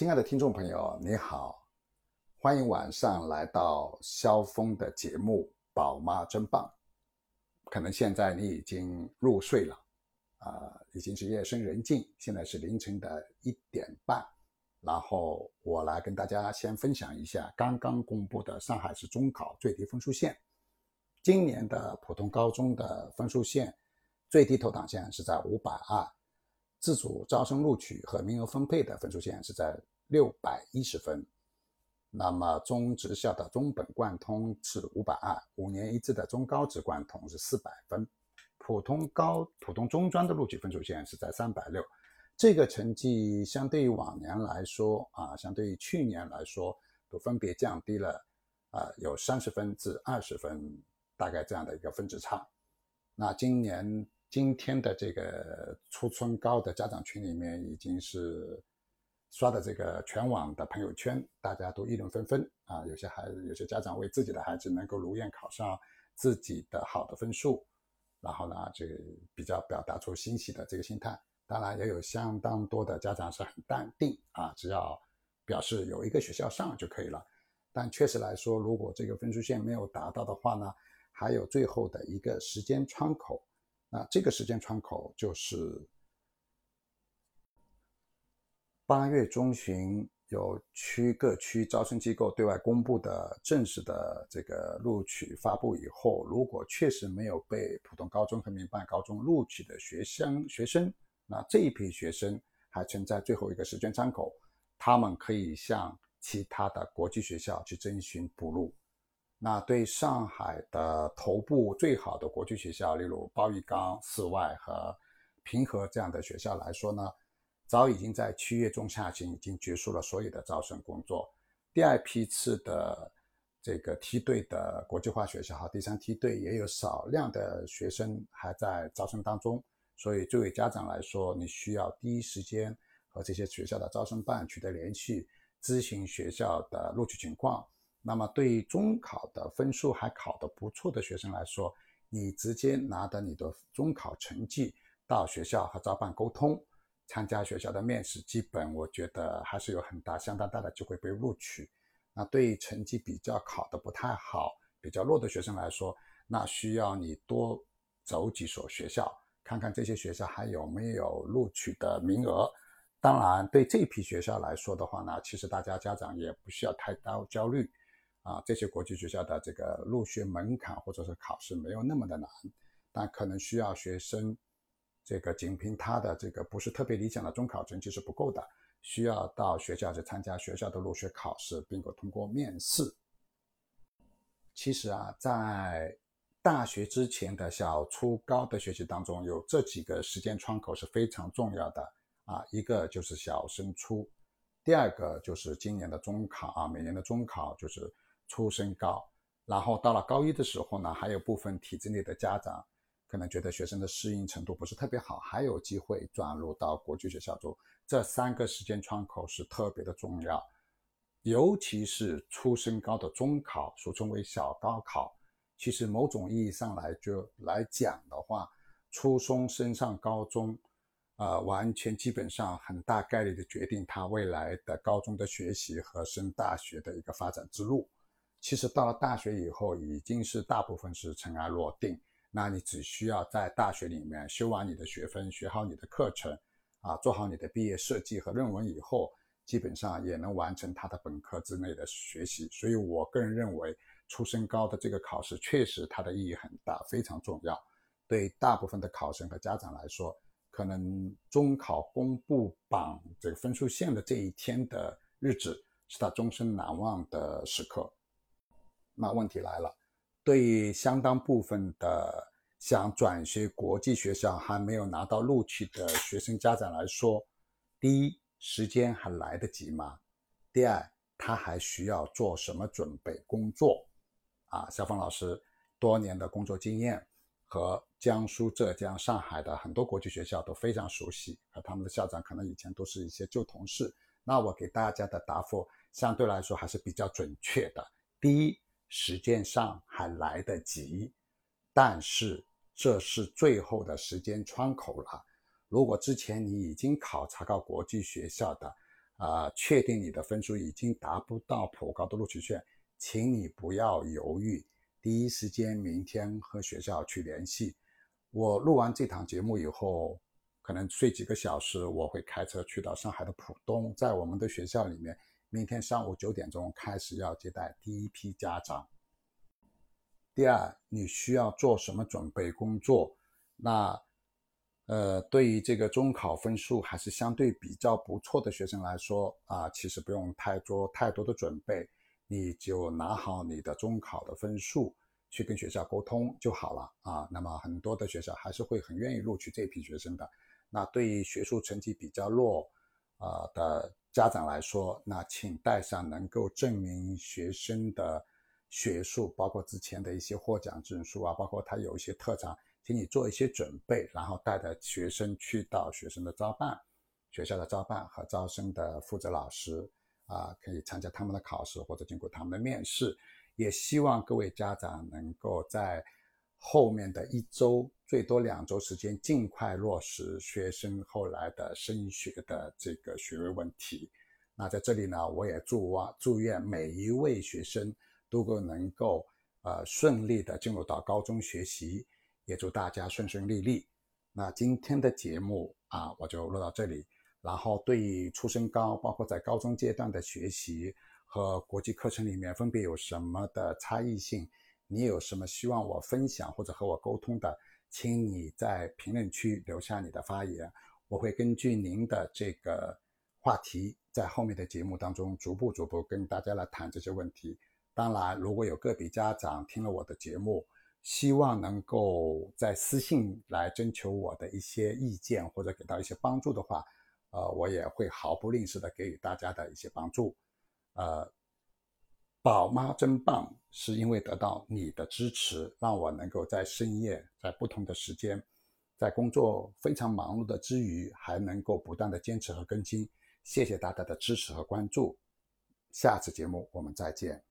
亲爱的听众朋友，你好，欢迎晚上来到萧峰的节目《宝妈真棒》。可能现在你已经入睡了，已经是夜深人静，现在是凌晨的1点半。然后我来跟大家先分享一下刚刚公布的上海市中考最低分数线。今年的普通高中的分数线最低投档线是在520，自主招生录取和名额分配的分数线是在610分。那么中职校的中本贯通是520，5年一制的中高职贯通是400分，普通中专的录取分数线是在360。这个成绩相对于往年来说相对于去年来说都分别降低了有30分至20分，大概这样的一个分值差。那今天的这个初春高的家长群里面已经是刷的这个全网的朋友圈，大家都议论纷纷有些家长为自己的孩子能够如愿考上自己的好的分数，然后呢这个比较表达出欣喜的这个心态。当然也有相当多的家长是很淡定只要表示有一个学校上就可以了。但确实来说，如果这个分数线没有达到的话呢，还有最后的一个时间窗口。那这个时间窗口就是8月中旬有各区招生机构对外公布的正式的这个录取发布以后，如果确实没有被普通高中和民办高中录取的学生，那这一批学生还存在最后一个时间窗口，他们可以向其他的国际学校去征询补录。那对上海的头部最好的国际学校，例如鲍玉刚、四外和平和这样的学校来说呢，早已经在7月中下旬已经结束了所有的招生工作。第二批次的这个梯队的国际化学校和第三梯队也有少量的学生还在招生当中，所以作为家长来说，你需要第一时间和这些学校的招生办取得联系，咨询学校的录取情况。那么对于中考的分数还考得不错的学生来说，你直接拿着你的中考成绩到学校和招办沟通，参加学校的面试，基本我觉得还是有相当大的机会被录取。那对于成绩比较考得不太好、比较弱的学生来说，那需要你多走几所学校，看看这些学校还有没有录取的名额。当然对这批学校来说的话呢，其实大家家长也不需要太焦虑这些国际学校的这个入学门槛或者是考试没有那么的难，但可能需要学生这个仅凭他的这个不是特别理想的中考成绩是不够的，需要到学校去参加学校的入学考试，并且通过面试。其实在大学之前的小初高的学习当中，有这几个时间窗口是非常重要的一个就是小升初，第二个就是今年的中考每年的中考就是初升高。然后到了高一的时候呢，还有部分体制内的家长可能觉得学生的适应程度不是特别好，还有机会转入到国际学校中。这3个时间窗口是特别的重要，尤其是初升高的中考，俗称为小高考。其实某种意义上来讲的话，初中升上高中完全基本上很大概率的决定他未来的高中的学习和升大学的一个发展之路。其实到了大学以后，已经是大部分是尘埃落定，那你只需要在大学里面修完你的学分，学好你的课程做好你的毕业设计和论文以后，基本上也能完成他的本科之内的学习。所以我个人认为初升高的这个考试确实它的意义很大，非常重要。对大部分的考生和家长来说，可能中考公布榜这个分数线的这一天的日子是他终身难忘的时刻。那问题来了，对于相当部分的想转学国际学校还没有拿到录取的学生家长来说，第一，时间还来得及吗？第二，他还需要做什么准备工作肖峰老师多年的工作经验和江苏、浙江、上海的很多国际学校都非常熟悉，和他们的校长可能以前都是一些旧同事。那我给大家的答复相对来说还是比较准确的。第一，时间上还来得及，但是这是最后的时间窗口了。如果之前你已经考察到国际学校的确定你的分数已经达不到普高的录取线，请你不要犹豫，第一时间明天和学校去联系。我录完这堂节目以后，可能睡几个小时，我会开车去到上海的浦东，在我们的学校里面，明天上午9点钟开始要接待第一批家长。第二，你需要做什么准备工作？那对于这个中考分数还是相对比较不错的学生来说其实不用做太多的准备，你就拿好你的中考的分数去跟学校沟通就好了那么很多的学校还是会很愿意录取这批学生的。那对于学术成绩比较弱的家长来说，那请带上能够证明学生的学术，包括之前的一些获奖证书包括他有一些特长，请你做一些准备，然后带着学生去到学生的招办、学校的招办和招生的负责老师可以参加他们的考试或者经过他们的面试。也希望各位家长能够在后面的1周最多2周时间尽快落实学生后来的升学的这个学位问题。那在这里呢，我也祝愿每一位学生都能够顺利的进入到高中学习，也祝大家顺顺利利。那今天的节目我就录到这里。然后对于初升高，包括在高中阶段的学习和国际课程里面分别有什么的差异性，你有什么希望我分享或者和我沟通的，请你在评论区留下你的发言，我会根据您的这个话题在后面的节目当中逐步跟大家来谈这些问题。当然如果有个别家长听了我的节目，希望能够在私信来征求我的一些意见或者给到一些帮助的话，我也会毫不吝啬的给予大家的一些帮助。宝妈真棒，是因为得到你的支持，让我能够在深夜，在不同的时间，在工作非常忙碌的之余，还能够不断的坚持和更新。谢谢大家的支持和关注，下次节目我们再见。